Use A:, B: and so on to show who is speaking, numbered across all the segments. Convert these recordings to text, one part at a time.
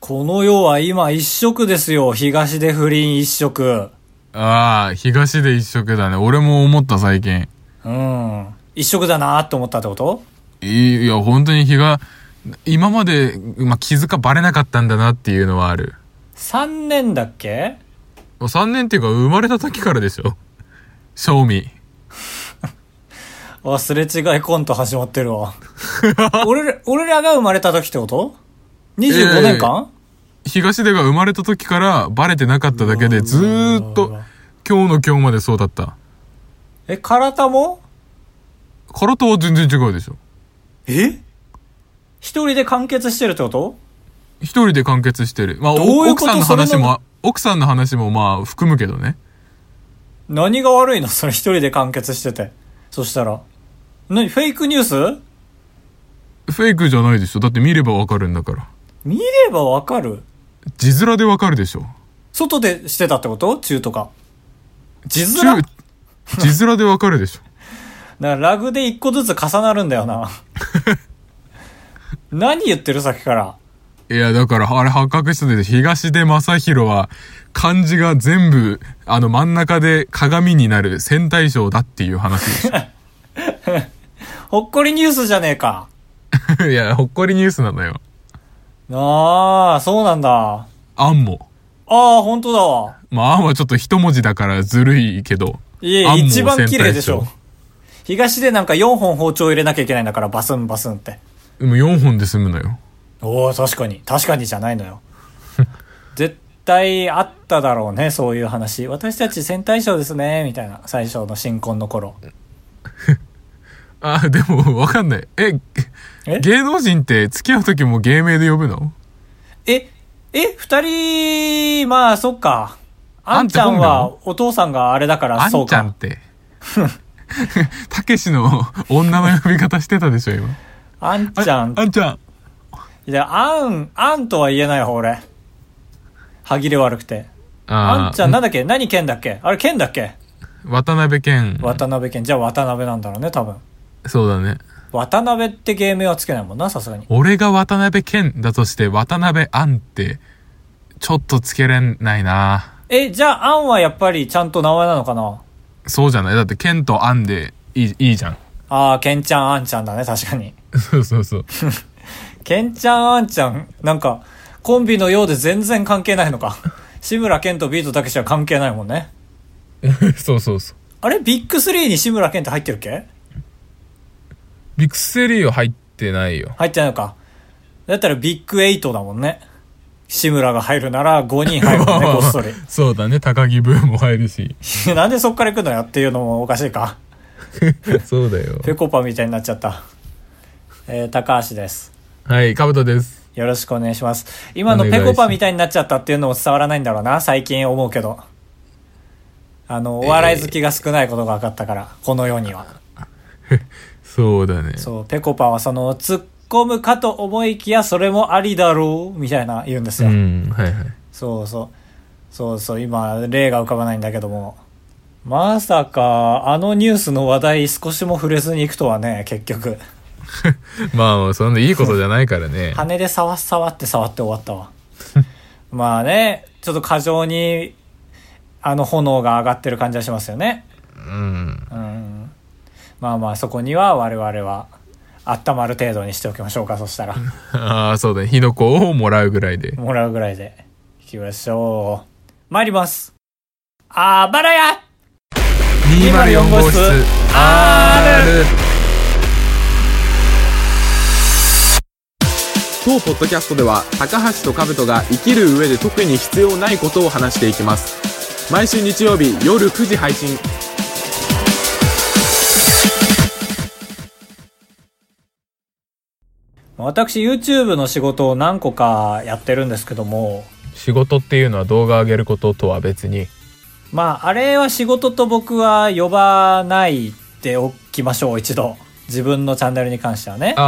A: この世は今一色ですよ。東で不倫一色。
B: ああ、東で一色だね。俺も思った最近。
A: 一色だなーって思ったってこと？
B: いや、本当に今まで、気づかバレなかったんだなっていうのはある。
A: 3年だっけ
B: ？3年っていうか生まれた時からでしょ。賞味。
A: すれ違いコント始まってるわ。俺らが生まれた時ってこと？ 25 年間？
B: 東出が生まれた時からバレてなかっただけでずーっと今日の今日までそうだった。
A: 唐田も？
B: 唐田は全然違うでしょ。
A: 一人で完結してるってこと？
B: 一人で完結してる。
A: どういうこと？
B: 奥さんの話も含むけどね。
A: 何が悪いのそれ一人で完結してて。そしたらフェイクニュース？
B: フェイクじゃないでしょ。だって見ればわかるんだから。
A: 見ればわかる？
B: 字面でわかるでしょ。
A: 外でしてたってこと？中とか字面
B: でわかるでしょ。
A: だからラグで一個ずつ重なるんだよな。何言ってるさっきから。
B: いや、だからあれ発覚したで、東出正宏は漢字が全部真ん中で鏡になる戦隊賞だっていう話でしょ。
A: ほっこりニュースじゃねえか。
B: いや、ほっこりニュースなのよ。
A: そうなんだ。
B: アンも。
A: 本当だわ。
B: アンはちょっと一文字だからずるいけど。
A: 一番綺麗でしょ。東でなんか4本包丁入れなきゃいけないんだからバスンバスンって。
B: でも4本で済むのよ。
A: 確かにじゃないのよ。絶対あっただろうね、そういう話。私たち戦隊賞ですねみたいな、最初の新婚の頃。
B: でもわかんない。芸能人って付き合う時も芸名で呼ぶの？
A: 二人、そっか。あんちゃんはお父さんがあれだからそうか。
B: あんちゃんって。たけしの女の呼び方してたでしょ、今。
A: あんちゃん。
B: あんちゃん。
A: いや、あんとは言えないよ、俺。歯切れ悪くて。あんちゃん、なんだっけ？何健だっけ？あれ健だっけ？
B: 渡辺健。
A: 渡辺健。じゃあ渡辺なんだろうね、多分。
B: そうだね。
A: 渡辺って芸名はつけないもんな、さすがに。
B: 俺が渡辺健だとして渡辺杏ってちょっとつけれないな。
A: じゃあ杏はやっぱりちゃんと名前なのかな？
B: そうじゃない？だって健と杏でいいじゃん。
A: 健ちゃん杏ちゃんだね、確かに。
B: そう
A: 健ちゃん杏ちゃん、なんかコンビのようで全然関係ないのか。志村けんとビートたけしは関係ないもんね。
B: そう。
A: あれビッグ3に志村けんって入ってるっけ？
B: ビッグ3は入ってないよ。
A: 入ってないのか。だったらビッグ8だもんね。志村が入るなら5人入るもんね、こっそり。
B: そうだね、高木ブーも入るし。
A: なんでそっから行くのよっていうのもおかしいか。
B: そうだよ。
A: ペコパみたいになっちゃった。高橋です。
B: はい、かぶとです。
A: よろしくお願いします。今のペコパみたいになっちゃったっていうのも伝わらないんだろうな、最近思うけど。お笑い好きが少ないことが分かったから、この世には。
B: そうだね。
A: そう、ペコパは突っ込むかと思いきや、それもありだろうみたいな言うんですよ。
B: はい。
A: そう、今、例が浮かばないんだけども。まさか、ニュースの話題少しも触れずに行くとはね、結局。
B: そんないいことじゃないからね。
A: 羽で触って終わったわ。ちょっと過剰に、炎が上がってる感じはしますよね。そこには我々は温まる程度にしておきましょうか。そしたら
B: そうだね、火の粉をもらうぐらいで
A: いきましょう。参ります。あばらや
B: 204号室 R。 当ポッドキャストでは高橋と兜が生きる上で特に必要ないことを話していきます。毎週日曜日夜9時配信。
A: 私 YouTube の仕事を何個かやってるんですけども。
B: 仕事っていうのは動画上げることとは別に、
A: あれは仕事と僕は呼ばないでおきましょう。一度自分のチャンネルに関してはね。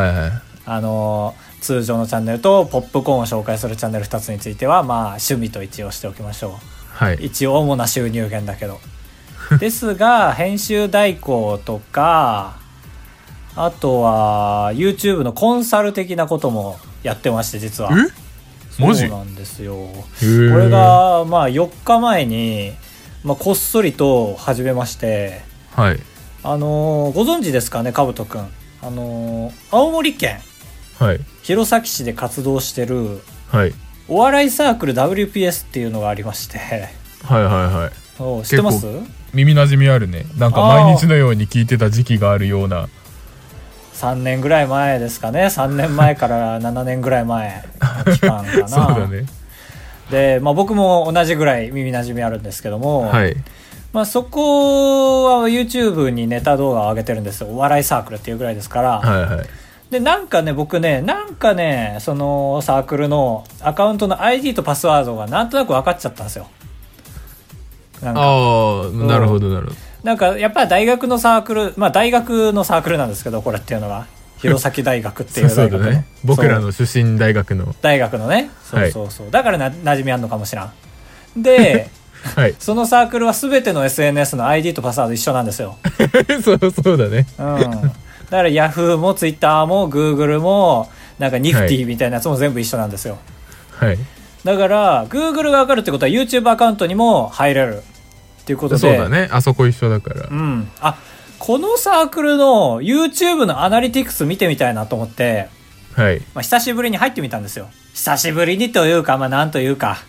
A: 通常のチャンネルとポップコーンを紹介するチャンネル2つについては趣味と一応しておきましょう。
B: はい、
A: 一応主な収入源だけど。ですが編集代行とか、あとは YouTube のコンサル的なこともやってまして、実は
B: マジ？
A: そうなんですよ。こ
B: ー
A: れがまあ4日前に、こっそりと始めまして、
B: はい。
A: ご存知ですかね、かぶとくん。青森県
B: はい。
A: 弘前市で活動してる
B: はい。
A: お笑いサークル WPS っていうのがありまして、
B: はいはいはい。
A: 知ってます？
B: 耳馴染みあるね。なんか毎日のように聞いてた時期があるような。
A: 3年ぐらい前ですかね。3年前から7年ぐらい前の期間かな。
B: そうだね。
A: で、僕も同じぐらい耳馴染みあるんですけども、
B: はい。
A: そこは YouTube にネタ動画を上げてるんですよ。お笑いサークルっていうぐらいですから。
B: はいはい。
A: で、僕ね、そのサークルのアカウントの ID とパスワードがなんとなく分かっちゃったんですよ。
B: ああ、なるほどなるほど。
A: やっぱり大学のサークル、大学のサークルなんですけど、これっていうのが弘前大学っていう大学の
B: そうだね。僕らの出身大学の
A: ね。そうそうそう。だから馴染みあんのかもしらん。で、
B: はい。
A: そのサークルは全ての SNS の ID とパスワード一緒なんですよ。
B: そうだね。
A: だから Yahoo も Twitter も Google もニフティみたいなやつも全部一緒なんですよ。
B: はい。
A: だから Google が分かるってことは YouTube アカウントにも入れるっていうことで。
B: そうだね。あそこ一緒だから。
A: このサークルの YouTube のアナリティクス見てみたいなと思って、
B: はい。
A: 久しぶりに入ってみたんですよ。久しぶりにというか、なんというか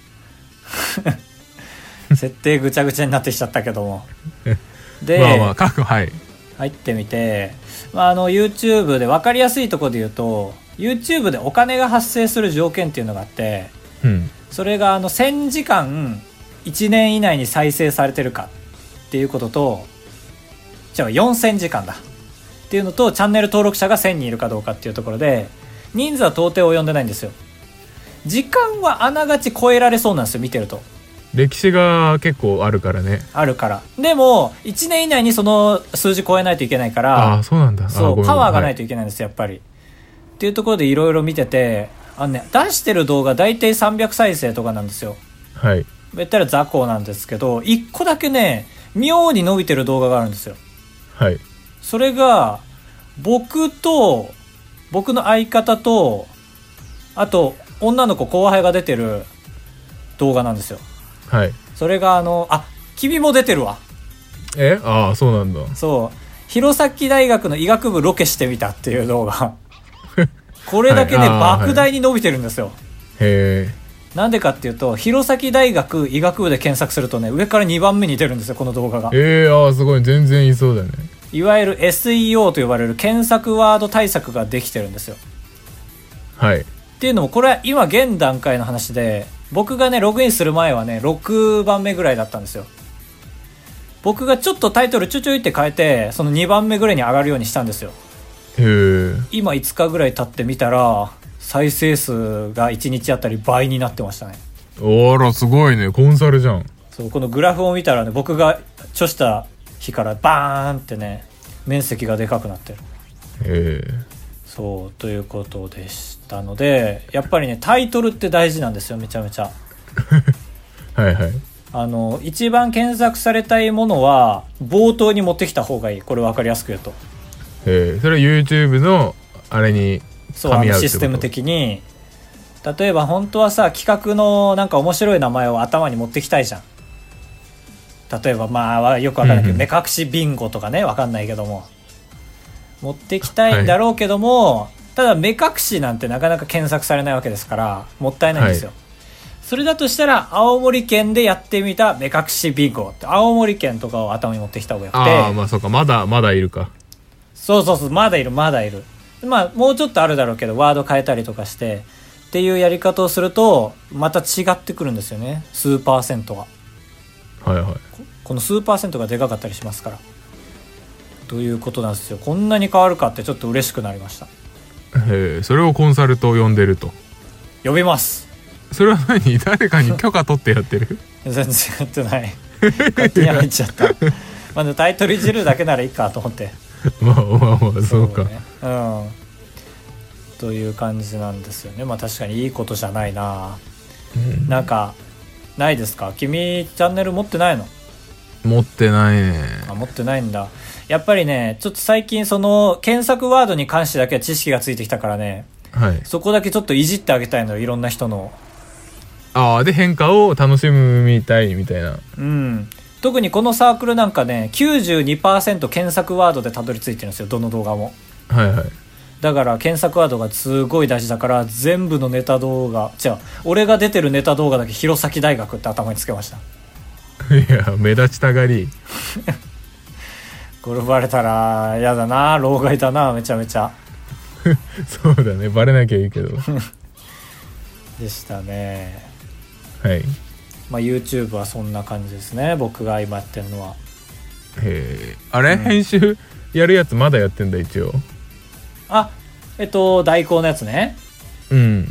A: 設定ぐちゃぐちゃになってきちゃったけどもで、
B: はい。
A: 入ってみて、YouTube で分かりやすいところで言うと YouTube でお金が発生する条件っていうのがあって、それが1000時間1年以内に再生されてるかっていうことと、じゃあ4000時間だっていうのと、チャンネル登録者が1000人いるかどうかっていうところで、人数は到底及んでないんですよ。時間はあながち超えられそうなんですよ、見てると。
B: 歴史が結構あるからね。
A: あるから。でも1年以内にその数字超えないといけないから、
B: あ、そうなんだ。
A: そうパワーがないといけないんですよ、やっぱり。っていうところでいろいろ見てて、出してる動画大体300再生とかなんですよ。
B: はい。
A: 言ったら雑魚なんですけど、1個だけね妙に伸びてる動画があるんですよ。
B: はい。
A: それが僕と僕の相方と、あと女の子後輩が出てる動画なんですよ。
B: はい。
A: それが君も出てるわ。
B: ああ、そうなんだ。
A: そう、弘前大学の医学部ロケしてみたっていう動画これだけね、莫大に伸びてるんですよ。
B: へえ。
A: なんでかっていうと、弘前大学医学部で検索するとね、上から2番目に出るんですよ、この動画が。
B: すごい、全然いそうだね。
A: いわゆる SEO と呼ばれる検索ワード対策ができてるんですよ。
B: はい。
A: っていうのも、これは今現段階の話で、僕がねログインする前はね6番目ぐらいだったんですよ。僕がちょっとタイトルちょちょいって変えて、その2番目ぐらいに上がるようにしたんですよ。今5日ぐらい経ってみたら、再生数が1日あたり倍になってましたね。
B: あら、すごいね。コンサルじゃん。
A: そう、このグラフを見たらね、僕が著した日からバーンってね、面積がでかくなってる。そうということでしたので、やっぱりねタイトルって大事なんですよ、めちゃめちゃ
B: はいはい。
A: 一番検索されたいものは冒頭に持ってきた方がいい。これ分かりやすく言うと、
B: それは YouTube のあれに噛み合うってこと？
A: システム的に。例えば本当はさ、企画の面白い名前を頭に持ってきたいじゃん。例えばよく分かんないけど、目隠しビンゴとかね、分かんないけども持ってきたいんだろうけども、ただ目隠しなんてなかなか検索されないわけですからもったいないんですよ。それだとしたら青森県でやってみた目隠しビンゴって、青森県とかを頭に持ってきた方がよくて。
B: そうか、まだいるか。
A: そうまだいる。もうちょっとあるだろうけど、ワード変えたりとかしてっていうやり方をするとまた違ってくるんですよね、数パーセントが。
B: はいはい。
A: この数パーセントがでかかったりしますからということなんですよ。こんなに変わるかってちょっと嬉しくなりました。
B: それをコンサルと呼んでると。
A: 呼びます。
B: それは何？誰かに許可取ってやってる？
A: 全然やってない。勝手に入っちゃったタイトルいじるだけならいいかと思って
B: まあそうか、
A: ね、という感じなんですよね。確かにいいことじゃないな、ないですか？君チャンネル持ってないの？
B: 持ってないね。
A: 持ってないんだ。やっぱりね、ちょっと最近その検索ワードに関してだけは知識がついてきたからね、
B: はい、
A: そこだけちょっといじってあげたいのよ、いろんな人の
B: ああ、で変化を楽しむみたいみたいな。
A: うん。特にこのサークルなんかね、92% 検索ワードでたどり着いてるんですよ、どの動画も。
B: はいはい。
A: だから検索ワードがすごい大事だから、全部のネタ動画、俺が出てるネタ動画だけ弘前大学って頭につけました。
B: いや、目立ちたがり。
A: これバレたら嫌だな、老害だな、めちゃめちゃ。
B: そうだね、バレなきゃいいけど。
A: でしたね。
B: はい。
A: まあ YouTube はそんな感じですね、僕が今やってるのは。
B: へえ。あれ、編集やるやつまだやってんだ一応。
A: あ、代行のやつね。
B: うん。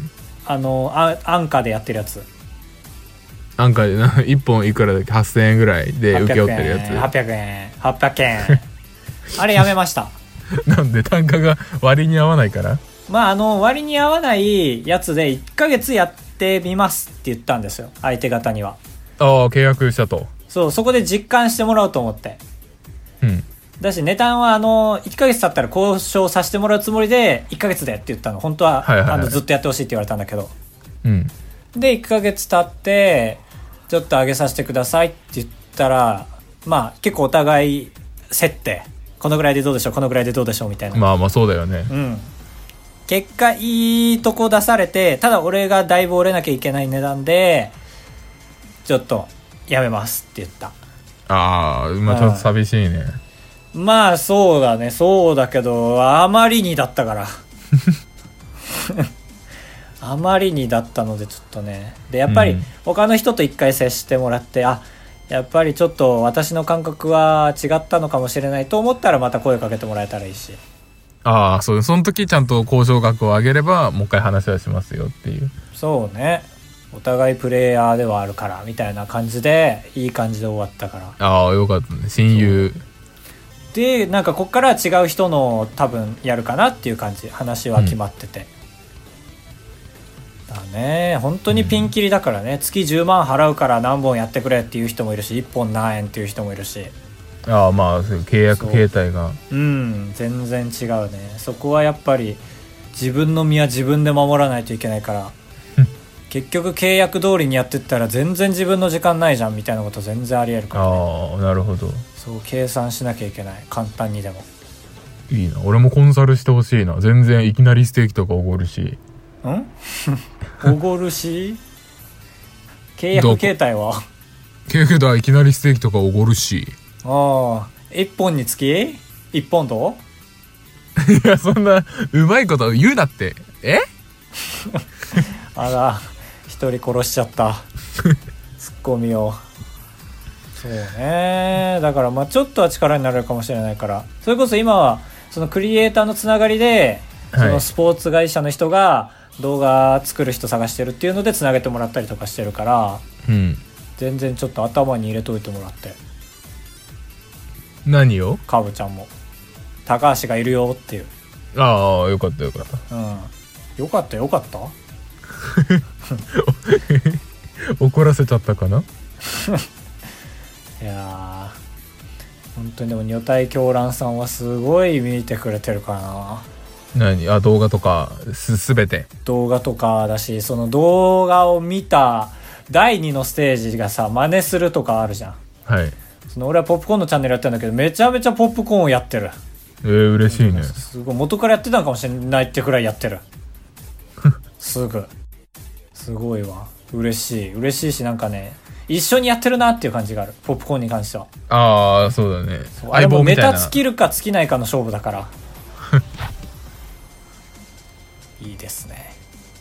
A: アンカーでやってるやつ。
B: アンカーでな、1本いくらだっけ、8000円ぐらいで請け負ってるやつ。
A: 800円。あれやめました。
B: なんで、単価が割に合わないから。
A: まあ割に合わないやつで1ヶ月やってみますって言ったんですよ、相手方には。
B: ああ、契約したと。
A: そう、そこで実感してもらおうと思って。
B: うん。
A: だし値段は1ヶ月経ったら交渉させてもらうつもりで1ヶ月でって言ったの。本当は、
B: はいはいはい、
A: ずっとやってほしいって言われたんだけど。
B: うん。
A: で1ヶ月経ってちょっと上げさせてくださいって言ったら、まあ結構お互い競って、このぐらいでどうでしょう、このぐらいでどうでしょうみたいな。
B: まあまあそうだよね。
A: うん。結果いいとこ出されて、ただ俺がだいぶ折れなきゃいけない値段でちょっとやめますって言った。
B: ああ、まあちょっと寂しいね。
A: まあそうだね、そうだけどあまりにだったからあまりにだったのでちょっとね。でやっぱり他の人と一回接してもらって、やっぱりちょっと私の感覚は違ったのかもしれないと思ったらまた声かけてもらえたらいいし。
B: ああ、そう、その時ちゃんと交渉額を上げればもう一回話はしますよっていう。
A: そうね、お互いプレイヤーではあるからみたいな感じでいい感じで終わったから。
B: ああ、よかったね、親友
A: で、なんかこっからは違う人の多分やるかなっていう感じ、話は決まってて、だね。本当にピンキリだからね、月10万払うから何本やってくれっていう人もいるし、1本何円っていう人もいるし。
B: ああ、まあ契約形態が
A: 全然違うね。そこはやっぱり自分の身は自分で守らないといけないから結局契約通りにやってったら全然自分の時間ないじゃんみたいなこと全然ありえるから、ね、
B: ああ、なるほど。
A: そう計算しなきゃいけない、簡単にでも。
B: いいな、俺もコンサルしてほしいな。全然いきなりステーキとかおごるし。
A: おごるし契約形態は
B: 契約だ、いきなりステーキとかおごるし。
A: ああ、1本につき1ポンド
B: いや、そんなうまいこと言うなって。
A: あら、一人殺しちゃったツッコミを。そうね、だからまあちょっとは力になれるかもしれないから。それこそ今はそのクリエイターのつながりで、そのスポーツ会社の人が動画作る人探してるっていうのでつなげてもらったりとかしてるから、
B: うん、
A: 全然ちょっと頭に入れといてもらって。
B: 何を？
A: カブちゃんも高橋がいるよっていう。
B: ああ、よかったよかった。
A: よかったよかった
B: 怒らせちゃったかな。
A: いや本当にでも女体狂乱さんはすごい見てくれてるからな。
B: 何？あ、動画とかすべて
A: 動画とかだし、その動画を見た第2のステージがさ、真似するとかあるじゃん。
B: はい。
A: その俺はポップコーンのチャンネルやってるんだけど、めちゃめちゃポップコーンをやってる。
B: 嬉しいね。
A: すごい元からやってたのかもしれないってくらいやってるすごいわ。嬉しいし、なんかね、一緒にやってるなっていう感じがある、ポップコーンに関しては。
B: ああ、そうだね。
A: 相棒みたいな。ネタ尽きるか尽きないかの勝負だからいいですね。
B: うん。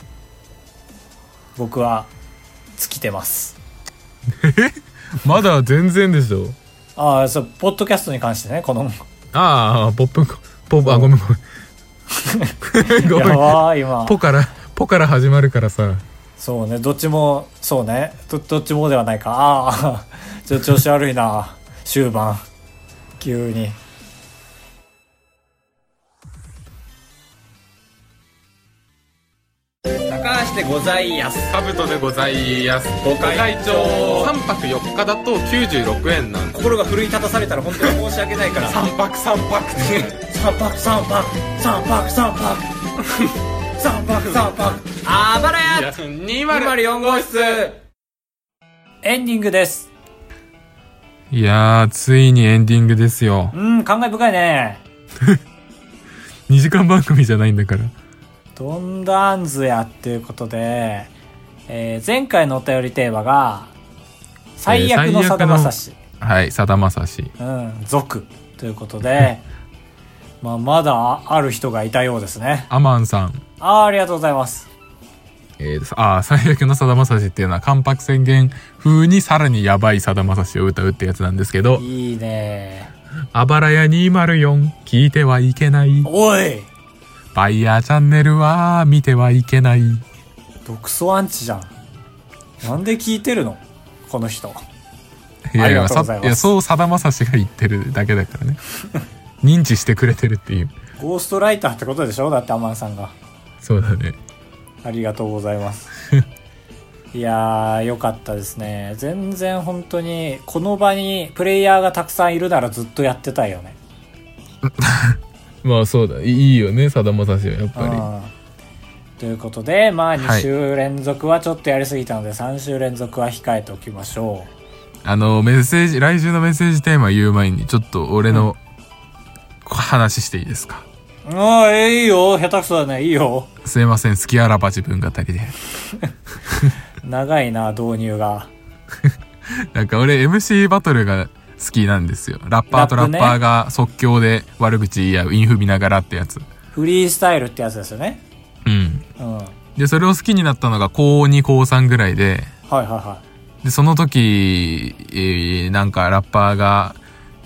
A: 僕は尽きてます
B: まだ全然でしょ。
A: ああ、そう、ポッドキャストに関してね、この
B: ああ、ポップ、あ、ごめんごめんごめん。
A: やばい、今
B: ポから始まるからさ。
A: そうね、どっちもそうね、どっちもではないか。ああ調子悪いな終盤急に。高橋でございやす。
B: カブトでございやす。ご会長。3泊4日だと96円なんで。
A: 心が奮い立たされたら本当に申し訳ないから
B: 3泊3泊
A: 3泊3泊3泊3泊3泊3泊あばらや
B: 204号室。
A: エンディングです。
B: いやー、ついにエンディングですよ。
A: 感慨深いね。
B: 2時間番組じゃないんだから。
A: どんだあんずやっていうことで、前回のお便りテーマが最悪のさだまさし、
B: はい、さだまさし、
A: 族ということでまだある人がいたようですね。
B: アマンさん。
A: ありがとうございます。
B: 最悪のさだまさしっていうのは関白宣言風にさらにやばいさだまさしを歌うってやつなんですけど、
A: いいね。
B: あばらや204聞いてはいけない、
A: おい
B: バイヤーチャンネルは見てはいけない。
A: 独ソアンチじゃん。なんで聞いてるのこの人。
B: いやいや、
A: ありがとうございます。
B: いや、そうさだまさしが言ってるだけだからね。認知してくれてるっていう。
A: ゴーストライターってことでしょ。だってアマンさんが。
B: そうだね。
A: ありがとうございます。いやー、よかったですね。全然本当にこの場にプレイヤーがたくさんいるならずっとやってたいよね。
B: まあそうだ、いいよね、さだまさしはやっぱり。
A: ということで、2週連続はちょっとやりすぎたので、3週連続は控えておきましょう。
B: メッセージ、来週のメッセージテーマ言う前にちょっと俺の話していいですか。
A: いいよ。下手くそだね。いいよ。
B: すいません、好きあらば自分語りで。
A: 長いな、導入が。
B: なんか俺 MC バトルが好きなんですよ。ラッパーとラッパーが即興で悪口言い合う、インフ見ながらってやつ。
A: フリースタイルってやつですよね。で、それを好きになったのが高2、高3ぐらいで、で、その時、なんかラッパーが、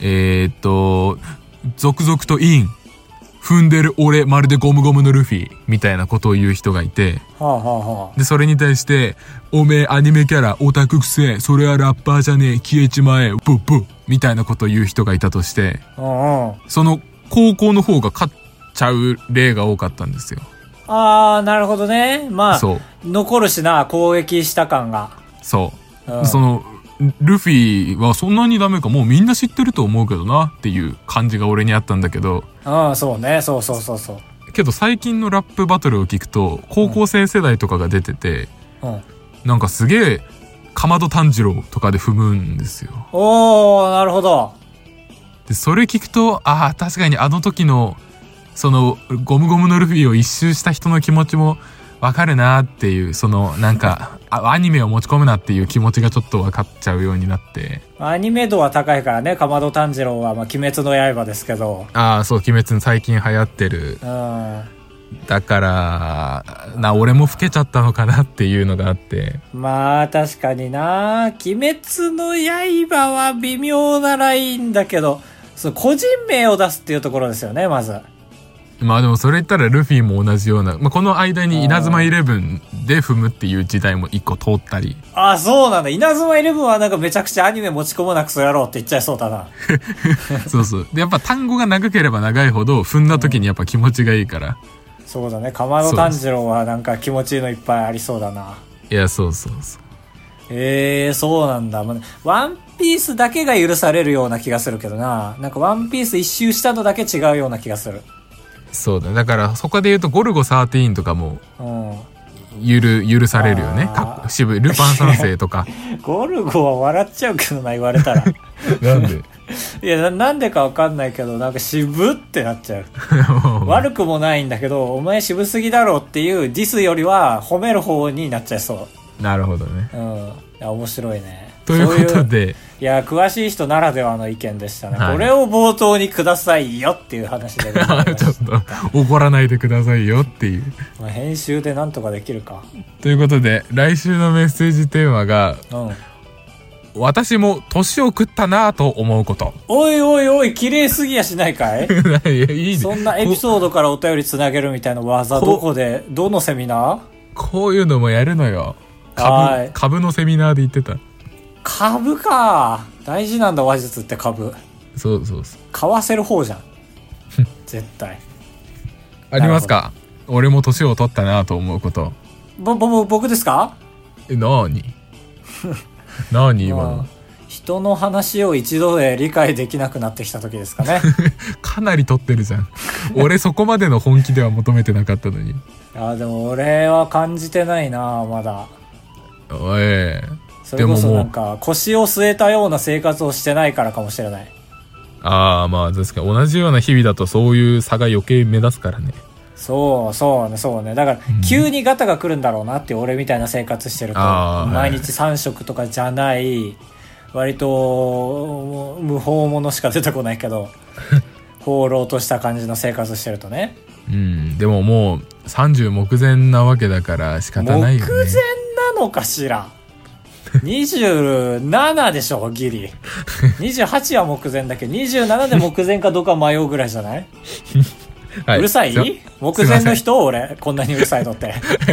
A: 続々とイン、踏んでる俺まるでゴムゴムのルフィみたいなことを言う人がいて、でそれに対しておめえアニメキャラオタクくせえ、それはラッパーじゃねえ、消えちまえ、ブッブッみたいなことを言う人がいたとして、その高校の方が勝っちゃう例が多かったんですよ。 なるほどね。残るしな、攻撃した感が。そのルフィはそんなにダメか、もうみんな知ってると思うけどなっていう感じが俺にあったんだけど。そうね。そう。
B: けど最近のラップバトルを聞くと、高校生世代とかが出てて、なんかすげえ、かまど炭治郎とかで踏むんですよ。
A: なるほど。
B: で、それ聞くと、確かにあの時の、その、ゴムゴムのルフィを一周した人の気持ちも、わかるなっていう、そのなんかアニメを持ち込むなっていう気持ちがちょっと分かっちゃうようになって。
A: アニメ度は高いからね。かまど炭治郎は鬼滅の刃ですけど。
B: そう、鬼滅最近流行ってる。だから俺も老けちゃったのかなっていうのがあって。
A: 確かにな、鬼滅の刃は微妙なラインだけど、その個人名を出すっていうところですよね、まず。
B: でもそれ言ったらルフィも同じような、この間に稲妻イレブンで踏むっていう時代も一個通ったり。そうなんだ。稲妻イレブンはなんかめちゃくちゃアニメ持ち込まなくそやろうって言っちゃいそうだな。 そうで、やっぱ単語が長ければ長いほど踏んだ時にやっぱ気持ちがいいから。
A: そうだね。かまど炭治郎はなんか気持ちいいのいっぱいありそうだな。
B: いや、そう。
A: そうなんだ。ワンピースだけが許されるような気がするけどな。なんかワンピース一周したのだけ違うような気がする。
B: そうだ、だからそこで言うとゴルゴ13とかも許されるよね。渋いルパン三世とか。
A: ゴルゴは笑っちゃうけどな、言われたら。
B: なんで？
A: いや、なんでかわかんないけど、なんか渋ってなっちゃう。悪くもないんだけど、お前渋すぎだろっていうディスよりは褒める方になっちゃいそう。
B: なるほどね。
A: いや、面白いね。
B: ということで、
A: いや、詳しい人ならではの意見でしたね。これを冒頭にくださいよっていう話でございました。
B: ちょっと怒らないでくださいよっていう。
A: 編集でなんとかできるか。
B: ということで、来週のメッセージテーマが、私も年を食ったなぁと思うこと。
A: おい、綺麗すぎやしないかい？
B: いい
A: そんなエピソードからお便りつなげるみたいな技、どこで、どのセミナー？
B: こういうのもやるのよ。株のセミナーで言ってた。
A: 株か。大事なんだ、話術って株。
B: そう。
A: 買わせる方じゃん。絶対。
B: ありますか？俺も年を取ったなと思うこと。
A: 僕ですか？
B: 何何今の。
A: 人の話を一度で理解できなくなってきた時ですかね。
B: かなり取ってるじゃん。俺そこまでの本気では求めてなかったのに。
A: でも俺は感じてないな、まだ。
B: おい。
A: それこそなんか腰を据えたような生活をしてないからかもしれない。
B: ああ、まあ確かに同じような日々だとそういう差が余計目立つからね。
A: そうね。だから急にガタが来るんだろうなって俺みたいな生活してると、毎日3食とかじゃない、割と無法者しか出てこないけど放浪とした感じの生活してるとね。
B: でももう30目前なわけだから仕方ないよね。
A: 目前なのかしら。27でしょギリ。28は目前だけど27で目前かどうか迷うぐらいじゃない？はい、うるさい？目前の人俺こんなにうるさいのって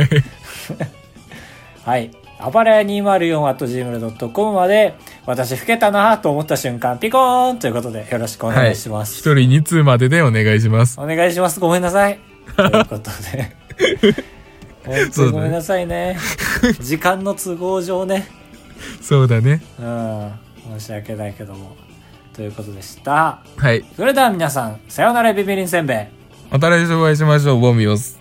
A: はい、あばらや 204@gmail.com まで、私老けたなと思った瞬間ピコーンということでよろしくお願いします。
B: 一人2通まででお願いします。
A: お願いします。ごめんなさいということで本当にごめんなさいね。時間の都合上ね。
B: そうだね。
A: 申し訳ないけども。ということでした。
B: はい。
A: それでは皆さん、さよならビビリンせんべい。
B: また来週お会いしましょう。ボミオス。